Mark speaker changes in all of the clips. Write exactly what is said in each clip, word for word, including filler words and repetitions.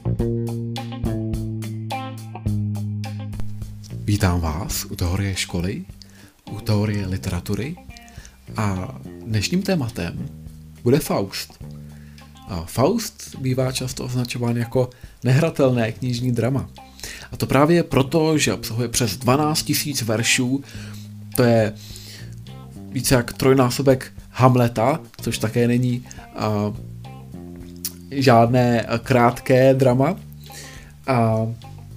Speaker 1: Vítám vás u teorie školy, u teorie literatury a dnešním tématem bude Faust. A Faust bývá často označován jako nehratelné knižní drama. A to právě proto, že obsahuje přes dvanáct tisíc veršů, to je více jak trojnásobek Hamleta, což také není uh, žádné krátké drama. A uh,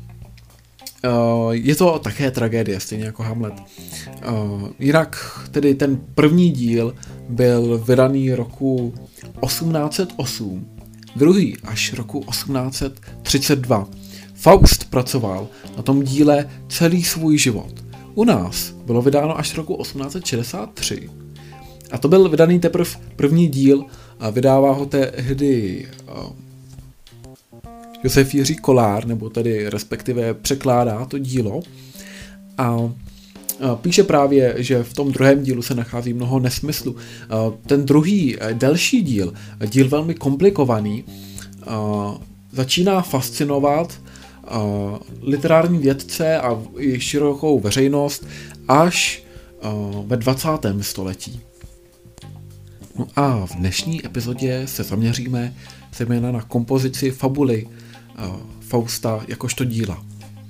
Speaker 1: je to také tragédie, stejně jako Hamlet. Uh, jinak tedy ten první díl byl vydaný roku osmnáct set osm, druhý až roku osmnáct set třicet dva. Faust pracoval na tom díle celý svůj život. U nás bylo vydáno až roku osmnáct set šedesát tři. A to byl vydaný teprve první díl a vydává ho tehdy uh, Josef Jiří Kollár, nebo tedy respektive překládá to dílo. A uh, píše právě, že v tom druhém dílu se nachází mnoho nesmyslu. Uh, ten druhý, uh, delší díl, díl velmi komplikovaný, uh, začíná fascinovat Uh, literární vědce a i širokou veřejnost až uh, ve dvacátém století. No a v dnešní epizodě se zaměříme zejména na kompozici fabuly uh, Fausta jakožto díla.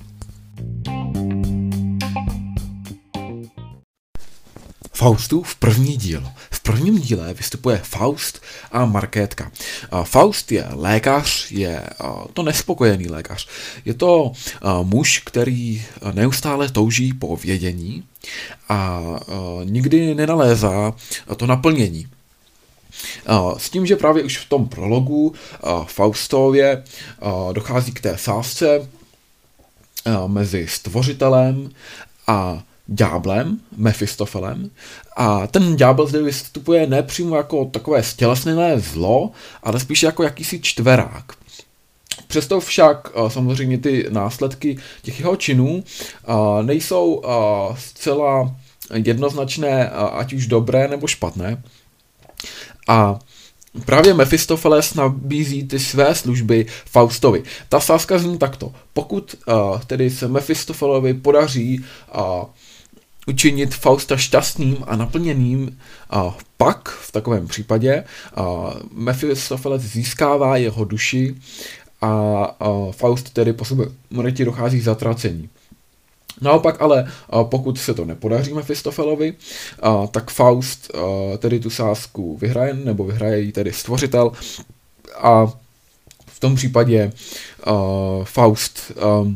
Speaker 1: Faustův první díl. V prvním díle vystupuje Faust a Markétka. Faust je lékař, je to nespokojený lékař. Je to muž, který neustále touží po vědění a nikdy nenalézá to naplnění. S tím, že právě už v tom prologu Faustově dochází k té sázce mezi stvořitelem a ďáblem, Mefistofelem, a ten ďábel zde vystupuje ne přímo jako takové stělesněné zlo, ale spíše jako jakýsi čtverák. Přesto však samozřejmě ty následky těch jeho činů nejsou zcela jednoznačné, ať už dobré nebo špatné. A právě Mefistofeles nabízí ty své služby Faustovi. Ta sázka zní takto. Pokud uh, tedy se Mefistofelovi podaří uh, učinit Fausta šťastným a naplněným, uh, pak v takovém případě uh, Mefistofeles získává jeho duši a uh, Faust tedy po smrti dochází k zatracení. Naopak ale pokud se to nepodaří Mefistofelovi, tak Faust tedy tu sázku vyhraje, nebo vyhraje ji tedy stvořitel a v tom případě Faust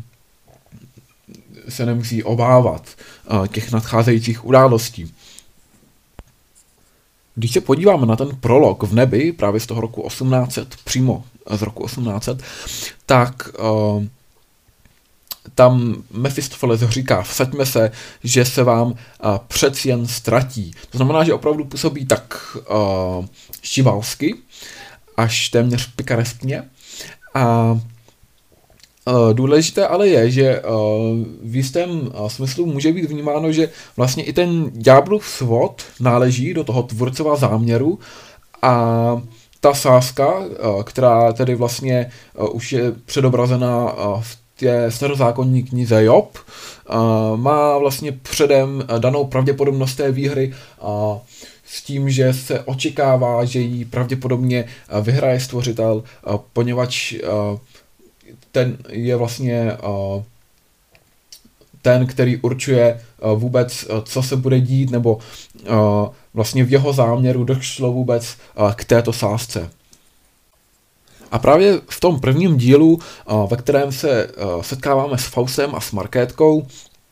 Speaker 1: se nemusí obávat těch nadcházejících událostí. Když se podíváme na ten prolog v nebi, právě z toho roku osmnáct set, přímo z roku osmnáct set, tak tam Mefistofeles říká, vsaďme se, že se vám uh, přeci jen ztratí. To znamená, že opravdu působí tak uh, štivalsky, až téměř pikareskně. A uh, důležité ale je, že uh, v jistém uh, smyslu může být vnímáno, že vlastně i ten ďáblův svod náleží do toho tvůrcova záměru a ta sázka, uh, která tedy vlastně uh, už je předobrazená uh, v je starozákonní knize Job, má vlastně předem danou pravděpodobnost té výhry s tím, že se očekává, že ji pravděpodobně vyhraje stvořitel, poněvadž ten je vlastně ten, který určuje vůbec, co se bude dít, nebo vlastně v jeho záměru došlo vůbec k této sázce. A právě v tom prvním dílu, ve kterém se setkáváme s Faustem a s Markétkou,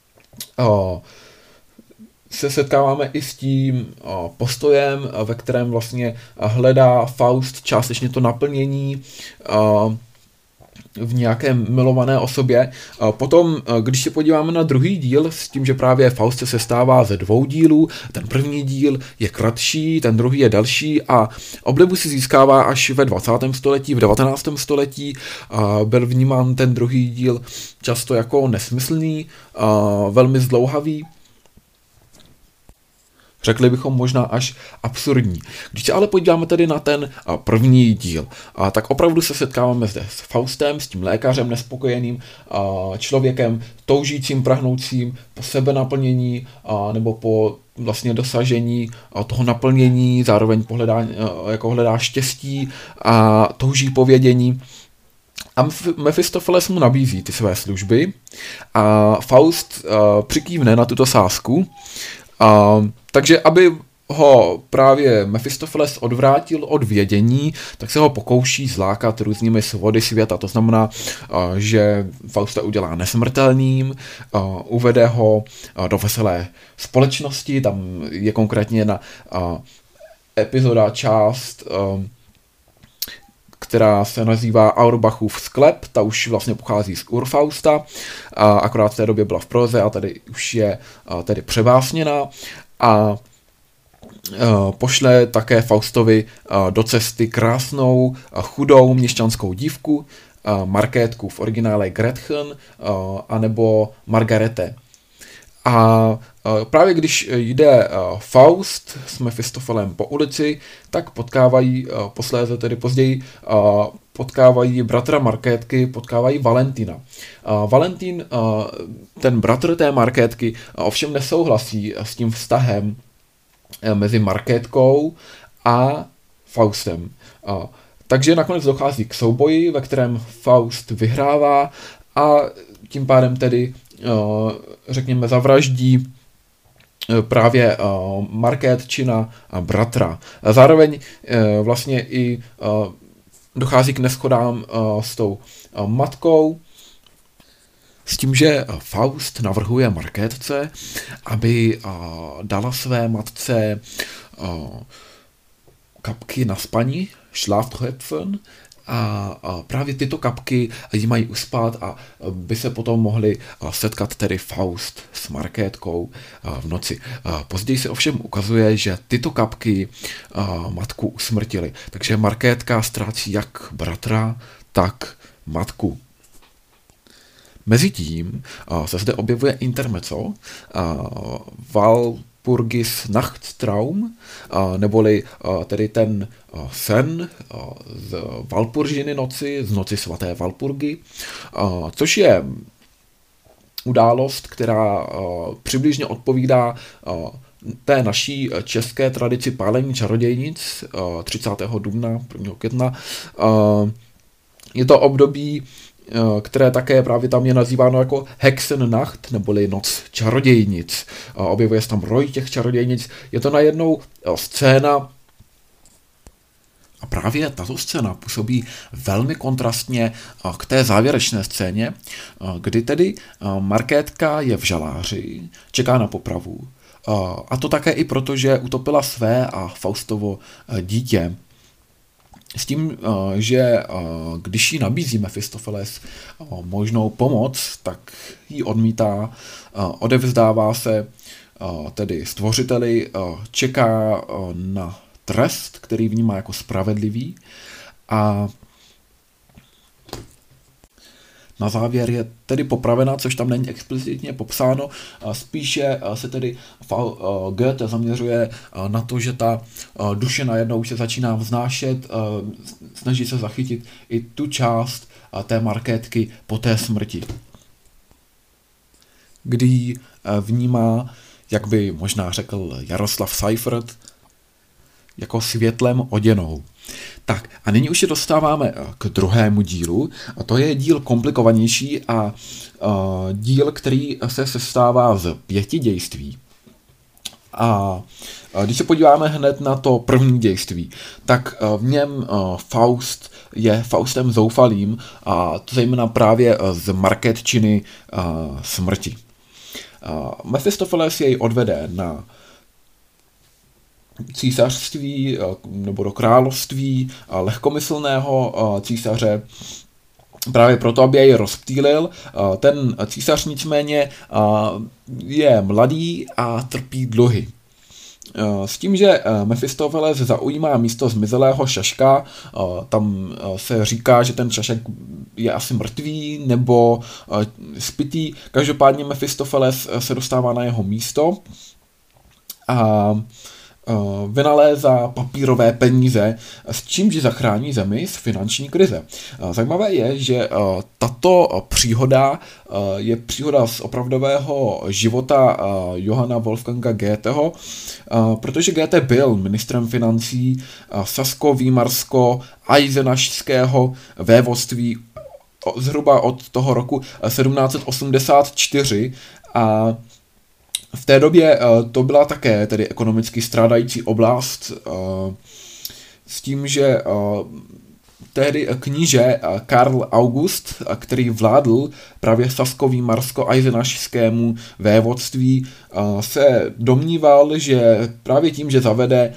Speaker 1: se setkáváme i s tím postojem, ve kterém vlastně hledá Faust částečně to naplnění v nějaké milované osobě. Potom, když se podíváme na druhý díl, s tím, že právě Faust se sestává ze dvou dílů, ten první díl je kratší, ten druhý je delší a oblibu si získává až ve dvacátém století, v devatenáctém století. Byl vnímán ten druhý díl často jako nesmyslný, velmi zdlouhavý. Řekli bychom možná až absurdní. Když se ale podíváme tedy na ten první díl, tak opravdu se setkáváme zde s Faustem, s tím lékařem nespokojeným, člověkem toužícím, prahnoucím po sebenaplnění nebo po vlastně dosažení toho naplnění, zároveň pohledá, jako hledá štěstí a touží po vědění. A Mefistofeles mu nabízí ty své služby a Faust přikývne na tuto sázku. Uh, takže aby ho právě Mefistofeles odvrátil od vědění, tak se ho pokouší zlákat různými svody světa. To znamená, uh, že Fausta udělá nesmrtelným, uh, uvede ho uh, do veselé společnosti, tam je konkrétně jedna uh, epizoda, část, uh, která se nazývá Auerbachův sklep, ta už vlastně pochází z Urfausta, a akorát v té době byla v proze a tady už je a, tedy převásněná a, a pošle také Faustovi a, do cesty krásnou a chudou měšťanskou dívku, a, Markétku, v originále Gretchen, a, anebo Margarete. A právě když jde Faust s Mefistofelem po ulici, tak potkávají posléze, tedy později, potkávají bratra Markétky, potkávají Valentina. Valentín, ten bratr té Markétky, ovšem nesouhlasí s tím vztahem mezi Markétkou a Faustem. Takže nakonec dochází k souboji, ve kterém Faust vyhrává a tím pádem tedy řekněme zavraždí právě Markétčina a bratra. Zároveň vlastně i dochází k neshodám s tou matkou, s tím, že Faust navrhuje Markétce, aby dala své matce kapky na spaní, Schlaftröpfen, a právě tyto kapky jí mají uspat a by se potom mohli setkat tedy Faust s Markétkou v noci. Později se ovšem ukazuje, že tyto kapky matku usmrtily, takže Markétka ztrácí jak bratra, tak matku. Mezitím se zde objevuje intermezzo, Walpurgis Nachtstraum, neboli tedy ten sen z Walpurginy noci, z noci svaté Walpurgy, což je událost, která přibližně odpovídá té naší české tradici pálení čarodějnic třicátého dubna, prvního května. Je to období, které také právě tam je nazýváno jako Hexennacht, neboli noc čarodějnic. Objevuje se tam roj těch čarodějnic. Je to najednou scéna, a právě tato scéna působí velmi kontrastně k té závěrečné scéně, kdy tedy Markétka je v žaláři, čeká na popravu. A to také i proto, že utopila své a Faustovo dítě. S tím, že když jí nabízí Mefistofeles možnou pomoc, tak ji odmítá, odevzdává se tedy stvořiteli, čeká na trest, který vnímá jako spravedlivý, a na závěr je tedy popravena, což tam není explicitně popsáno, spíše se tedy Goethe zaměřuje na to, že ta duše najednou se začíná vznášet, snaží se zachytit i tu část té Markétky po té smrti, kdy ji vnímá, jak by možná řekl Jaroslav Seifert, jako světlem oděnou. Tak a nyní už se dostáváme k druhému dílu, a to je díl komplikovanější a uh, díl, který se sestává z pěti dějství. A uh, když se podíváme hned na to první dějství, tak uh, v něm uh, Faust je Faustem zoufalým, a to zejména právě uh, z Markétčiny uh, smrti. Uh, Mefistofeles jej odvede na císařství nebo do království lehkomyslného císaře právě proto, aby jej rozptýlil. Ten císař nicméně je mladý a trpí dluhy. S tím, že Mefistofeles zaujímá místo zmizelého šaška, tam se říká, že ten šašek je asi mrtvý nebo spitý. Každopádně Mefistofeles se dostává na jeho místo a vynalézá papírové peníze, s čímž zachrání zemi z finanční krize. Zajímavé je, že tato příhoda je příhoda z opravdového života Johanna Wolfganga Goetheho, protože Goethe byl ministrem financí sasko-výmarsko-eisenašského vévodství zhruba od toho roku sedmnáct set osmdesát čtyři a v té době to byla také tedy ekonomicky strádající oblast s tím, že tehdy kníže Karl August, který vládl právě sasko-výmarsko-eisenašskému vévodství, se domníval, že právě tím, že zavede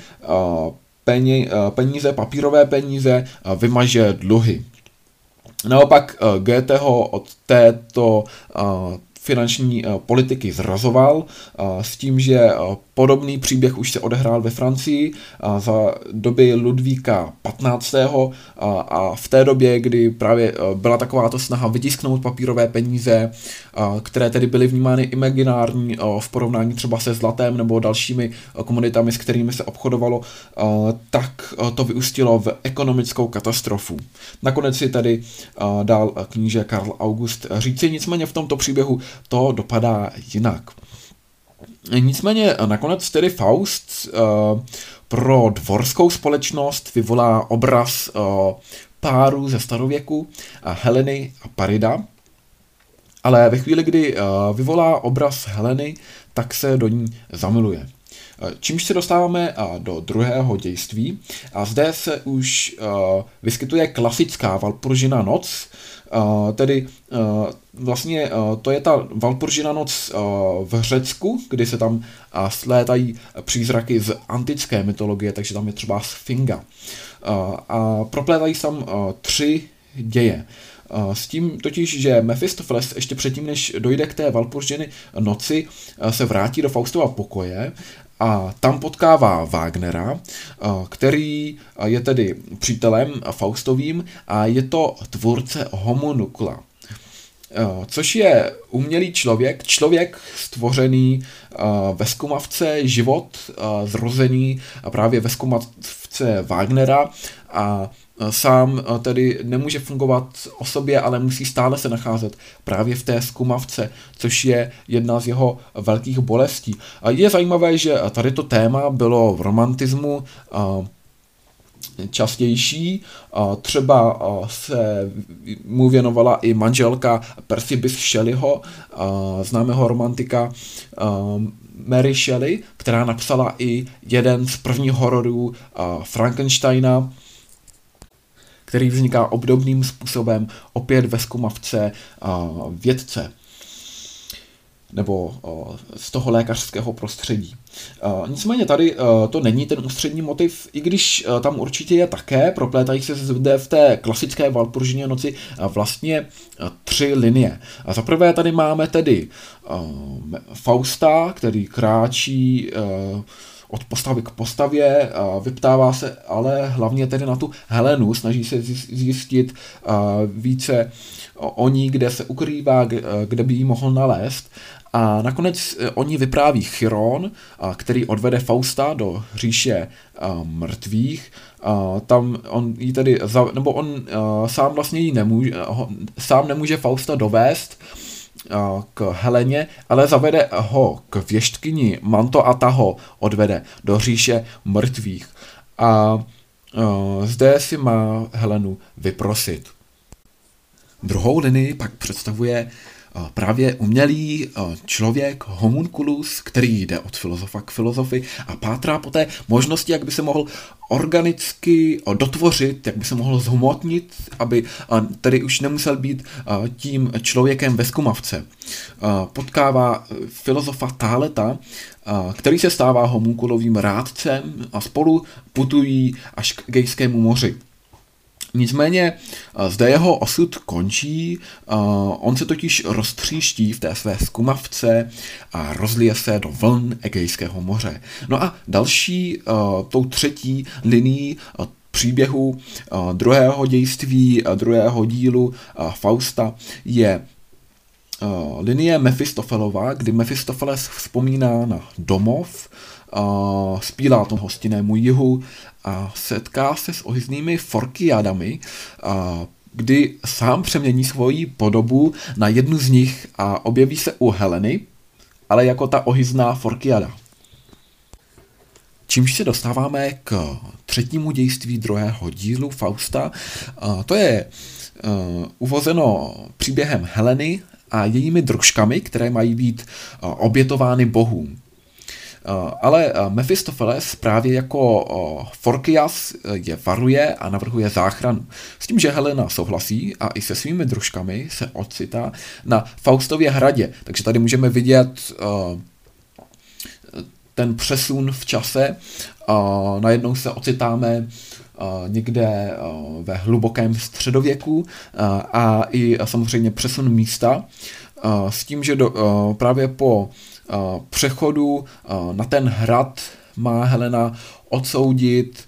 Speaker 1: peníze, papírové peníze, vymaže dluhy. Naopak Goetheho od této finanční politiky zrazoval s tím, že podobný příběh už se odehrál ve Francii za doby Ludvíka patnáctého a v té době, kdy právě byla takováto snaha vytisknout papírové peníze, které tedy byly vnímány imaginární v porovnání třeba se zlatem nebo dalšími komoditami, s kterými se obchodovalo, tak to vyústilo v ekonomickou katastrofu. Nakonec si tedy dal kníže Karl August říci, nicméně v tomto příběhu to dopadá jinak. Nicméně nakonec tedy Faust uh, pro dvorskou společnost vyvolá obraz uh, páru ze starověku, uh, Heleny a Parida, ale ve chvíli, kdy uh, vyvolá obraz Heleny, tak se do ní zamiluje. Čímž se dostáváme do druhého dějství a zde se už uh, vyskytuje klasická Valpurgina noc, uh, tedy uh, vlastně uh, to je ta Valpurgina noc uh, v Řecku, kdy se tam uh, slétají přízraky z antické mytologie, takže tam je třeba Sfinga. Uh, a proplétají se tam uh, tři děje. S tím totiž, že Mephistopheles ještě předtím, než dojde k té Valpurginy noci, se vrátí do Faustova pokoje a tam potkává Wagnera, který je tedy přítelem Faustovým a je to tvůrce homunukla, což je umělý člověk, člověk stvořený ve zkumavce, život zrozený právě ve zkumavce Wagnera a sám tedy nemůže fungovat o sobě, ale musí stále se nacházet právě v té zkumavce, což je jedna z jeho velkých bolestí. Je zajímavé, že tady to téma bylo v romantismu častější, třeba se mu věnovala i manželka Percy Bysshe Shelleyho, známého romantika Mary Shelley, která napsala i jeden z prvních hororů Frankensteina, který vzniká obdobným způsobem opět ve zkumavce vědce nebo z toho lékařského prostředí. Nicméně tady to není ten ústřední motiv, i když tam určitě je také, proplétají se zde v té klasické Valpurgině noci vlastně tři linie. Za prvé tady máme tedy Fausta, který kráčí od postavy k postavě, vyptává se ale hlavně tedy na tu Helenu, snaží se zjistit více o ní, kde se ukrývá, kde by ji mohl nalézt. A nakonec o ní vypráví Chiron, který odvede Fausta do říše mrtvých. Tam on jí tedy, nebo on sám vlastně jí nemůže, sám nemůže Fausta dovést k Heleně, ale zavede ho k věštkyni Manto a ta ho odvede do říše mrtvých. A zde si má Helenu vyprosit. Druhou linii pak představuje právě umělý člověk homunculus, který jde od filozofa k filozofi a pátrá po té možnosti, jak by se mohl organicky dotvořit, jak by se mohl zhmotnit, aby tedy už nemusel být tím člověkem ve zkumavce. Potkává filozofa Tháleta, který se stává homunculovým rádcem a spolu putují až k Egejskému moři. Nicméně zde jeho osud končí, on se totiž roztříští v té své zkumavce a rozlije se do vln Egejského moře. No a další, tou třetí linií příběhu druhého dějství, druhého dílu Fausta je linie Mephistophelova, kdy Mephistopheles vzpomíná na domov, uh, zpívá tom hostinnému jihu a setká se s ohyznými Forkyádami, uh, kdy sám přemění svoji podobu na jednu z nich a objeví se u Heleny, ale jako ta ohyzná Forkyáda. Čímž se dostáváme k třetímu dějství druhého dílu Fausta. To je uvozeno příběhem Heleny a jejími družkami, které mají být obětovány bohům. Ale Mefistofeles právě jako Forkyas je varuje a navrhuje záchranu. S tím, že Helena souhlasí a i se svými družkami se ocitá na Faustově hradě. Takže tady můžeme vidět ten přesun v čase. Najednou se ocitáme někde ve hlubokém středověku a i samozřejmě přesun místa s tím, že do, právě po přechodu na ten hrad má Helena odsoudit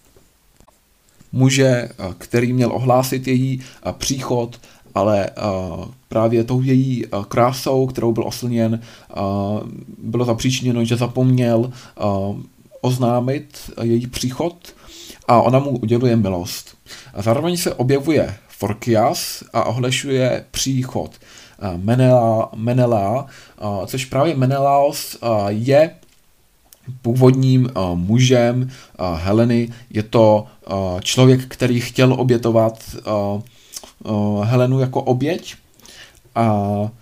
Speaker 1: muže, který měl ohlásit její příchod, ale právě tou její krásou, kterou byl oslněn, bylo zapříčiněno, že zapomněl oznámit její příchod a ona mu uděluje milost. A zároveň se objevuje Forkyas a ohlašuje příchod Menela, Menela, což právě Menelaos je původním mužem Heleny. Je to člověk, který chtěl obětovat Helenu jako oběť. A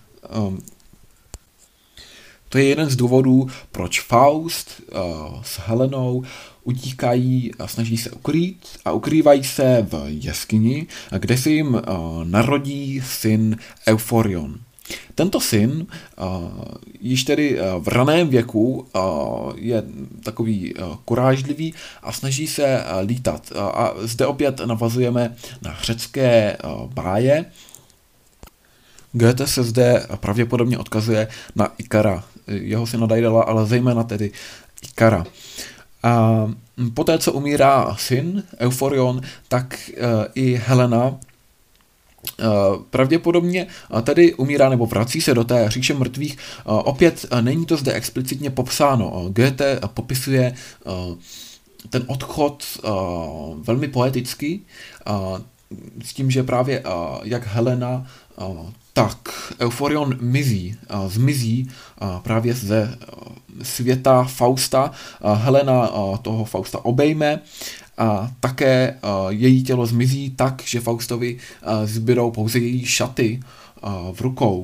Speaker 1: to je jeden z důvodů, proč Faust s Helenou utíkají a snaží se ukrýt a ukrývají se v jeskyni, kde se jim uh, narodí syn Euphorion. Tento syn uh, již tedy uh, v raném věku uh, je takový uh, kurážlivý a snaží se uh, lítat. Uh, a zde opět navazujeme na řecké uh, báje. Goethe se zde pravděpodobně odkazuje na Ikara, jeho syna Daedala, ale zejména tedy Ikara. A poté, co umírá syn Euphorion, tak uh, i Helena uh, pravděpodobně tady umírá nebo vrací se do té říše mrtvých. Uh, opět uh, není to zde explicitně popsáno. Uh, Goethe uh, popisuje uh, ten odchod uh, velmi poeticky, uh, s tím, že právě uh, jak Helena uh, tak Euphorion mizí, uh, zmizí uh, právě ze uh, světa Fausta. Uh, Helena uh, toho Fausta obejme a také uh, její tělo zmizí tak, že Faustovi uh, zbydou pouze její šaty uh, v rukou.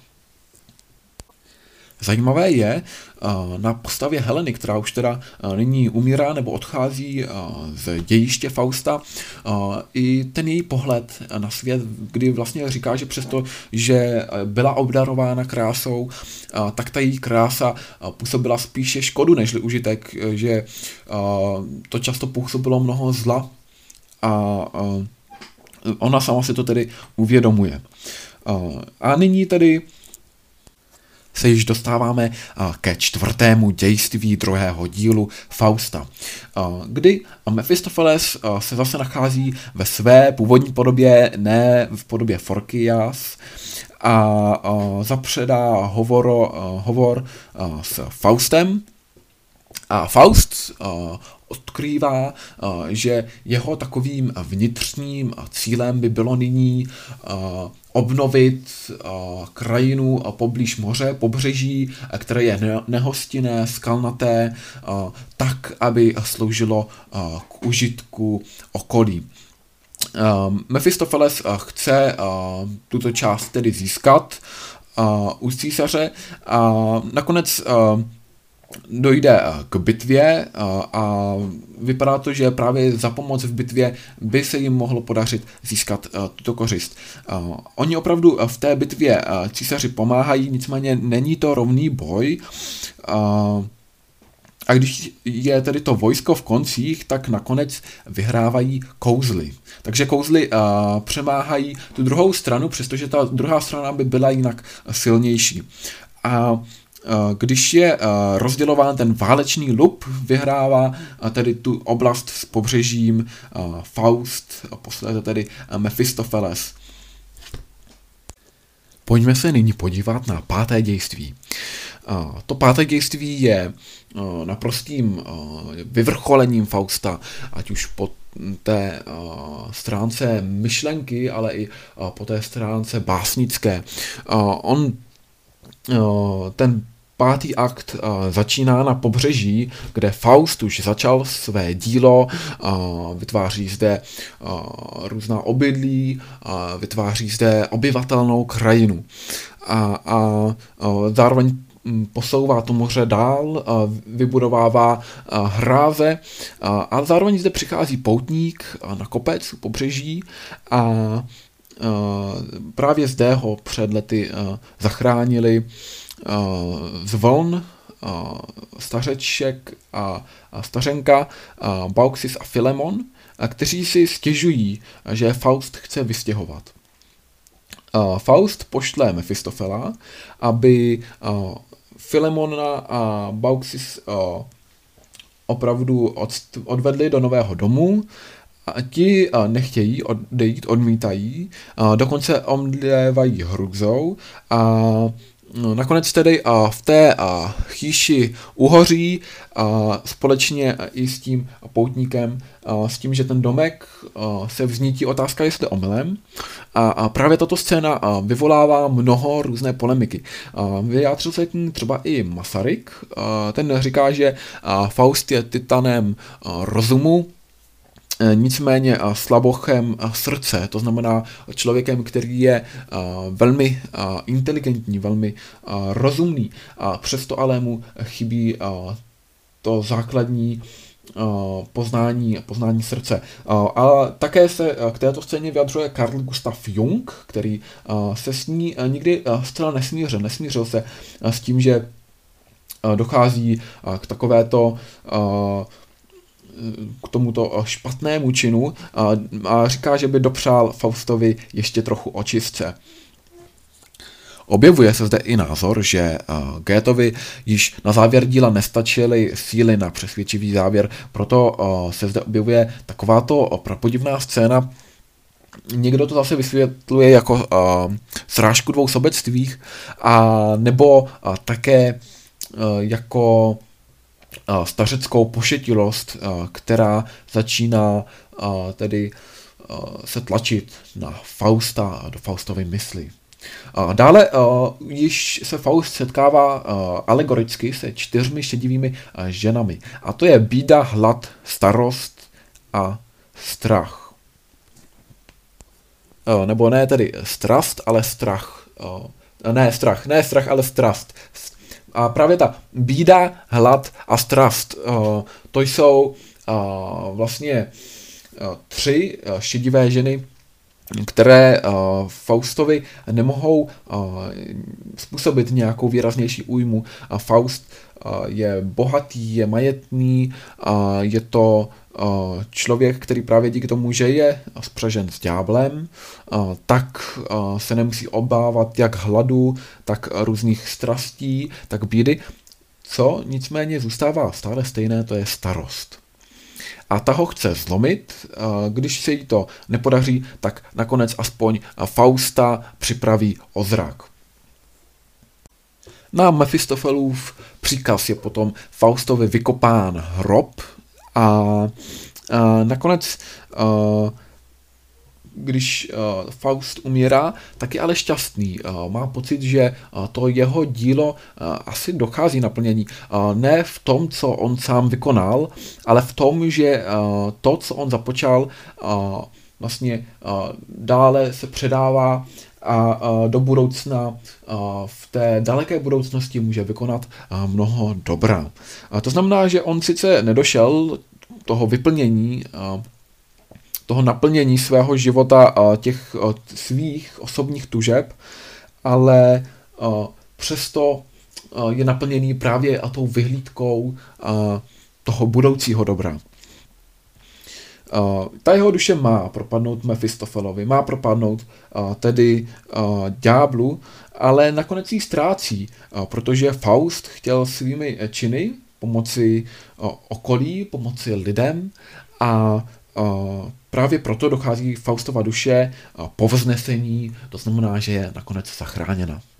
Speaker 1: Zajímavé je na postavě Heleny, která už teda nyní umírá nebo odchází z dějiště Fausta, i ten její pohled na svět, kdy vlastně říká, že přesto, že byla obdarována krásou, tak ta její krása působila spíše škodu nežli užitek, že to často působilo mnoho zla a ona sama si to tedy uvědomuje. A nyní tedy se již dostáváme ke čtvrtému dějství druhého dílu Fausta, kdy Mefistofeles se zase nachází ve své původní podobě, ne v podobě Forkyas, a zapředá hovor, hovor s Faustem. A Faust odkrývá, že jeho takovým vnitřním cílem by bylo nyní obnovit krajinu poblíž moře, pobřeží, které je nehostinné, skalnaté, tak, aby sloužilo k užitku okolí. Mefistofeles chce tuto část tedy získat u císaře a nakonec dojde k bitvě a vypadá to, že právě za pomoc v bitvě by se jim mohlo podařit získat tuto kořist. Oni opravdu v té bitvě císaři pomáhají, nicméně není to rovný boj. A když je tedy to vojsko v koncích, tak nakonec vyhrávají kouzly. Takže kouzly přemáhají tu druhou stranu, přestože ta druhá strana by byla jinak silnější. A když je rozdělován ten válečný lup, vyhrává tedy tu oblast s pobřežím Faust a posléze tedy Mefistofeles. Pojďme se nyní podívat na páté dějství. To páté dějství je naprostým vyvrcholením Fausta, ať už po té stránce myšlenky, ale i po té stránce básnické. On ten pátý akt uh, začíná na pobřeží, kde Faust už začal své dílo, uh, vytváří zde uh, různá obydlí, uh, vytváří zde obyvatelnou krajinu. A, a uh, zároveň posouvá to moře dál, uh, vybudovává uh, hráze uh, a zároveň zde přichází poutník uh, na kopec u pobřeží a uh, právě zde ho před lety uh, zachránili z vln stařeček a stařenka Bauxis a Filemon, kteří si stěžují, že Faust chce vystěhovat. Faust pošle Mefistofela, aby Filemona a Bauxis opravdu odvedli do nového domu. A ti nechtějí odejít, odmítají, dokonce omdlévají hrůzou a nakonec tedy v té chýši uhoří společně i s tím poutníkem, s tím, že ten domek se vznítí. Otázka, jestli omylem. A právě tato scéna vyvolává mnoho různé polemiky. Vyjádřil se k ní třeba i Masaryk. Ten říká, že Faust je titanem rozumu, nicméně slabochem srdce, to znamená člověkem, který je velmi inteligentní, velmi rozumný, a přesto ale mu chybí to základní poznání, poznání srdce. A také se k této scéně vyjadřuje Carl Gustav Jung, který se s ní nikdy zcela nesmířil. Nesmířil se s tím, že dochází k takovéto k tomuto špatnému činu a říká, že by dopřál Faustovi ještě trochu očistce. Objevuje se zde i názor, že Goetheovi již na závěr díla nestačily síly na přesvědčivý závěr, proto se zde objevuje takováto prapodivná scéna. Někdo to zase vysvětluje jako uh, srážku dvou sobectvích, a nebo uh, také uh, jako uh, stařeckou pošetilost, uh, která začíná uh, tedy uh, se tlačit na Fausta a do Faustovy mysli. Uh, dále uh, již se Faust setkává uh, alegoricky se čtyřmi šedivými uh, ženami. A to je bída, hlad, starost a strach. Nebo ne tedy strast, ale strach. Ne strach, ne strach, ale strast. A právě ta bída, hlad a strast, to jsou vlastně tři šedivé ženy, které Faustovi nemohou způsobit nějakou výraznější újmu. Faust je bohatý, je majetný, je to člověk, který právě díky tomu, že je spřažen s ďáblem, tak se nemusí obávat jak hladu, tak různých strastí, tak bídy. Co nicméně zůstává stále stejné, to je starost. A ta ho chce zlomit, když se jí to nepodaří, tak nakonec aspoň Fausta připraví o zrak. Na Mefistofelův příkaz je potom Faustovi vykopán hrob a, a nakonec, a, když a, Faust umírá, tak je ale šťastný. A, má pocit, že a, to jeho dílo a, asi dochází naplnění. A, ne v tom, co on sám vykonal, ale v tom, že a, to, co on započal, a, vlastně a, dále se předává a, a do budoucna, a, v té daleké budoucnosti může vykonat a, mnoho dobra. A to znamená, že on sice nedošel toho vyplnění, a, toho naplnění svého života, a těch a, svých osobních tužeb, ale a, přesto a, je naplněný právě a tou vyhlídkou a, toho budoucího dobra. Uh, ta jeho duše má propadnout Mefistofelovi, má propadnout uh, tedy uh, ďáblu, ale nakonec ji ztrácí, uh, protože Faust chtěl svými činy pomoci uh, okolí, pomoci lidem, a uh, právě proto dochází Faustova duše uh, po vznesení, to znamená, že je nakonec zachráněna.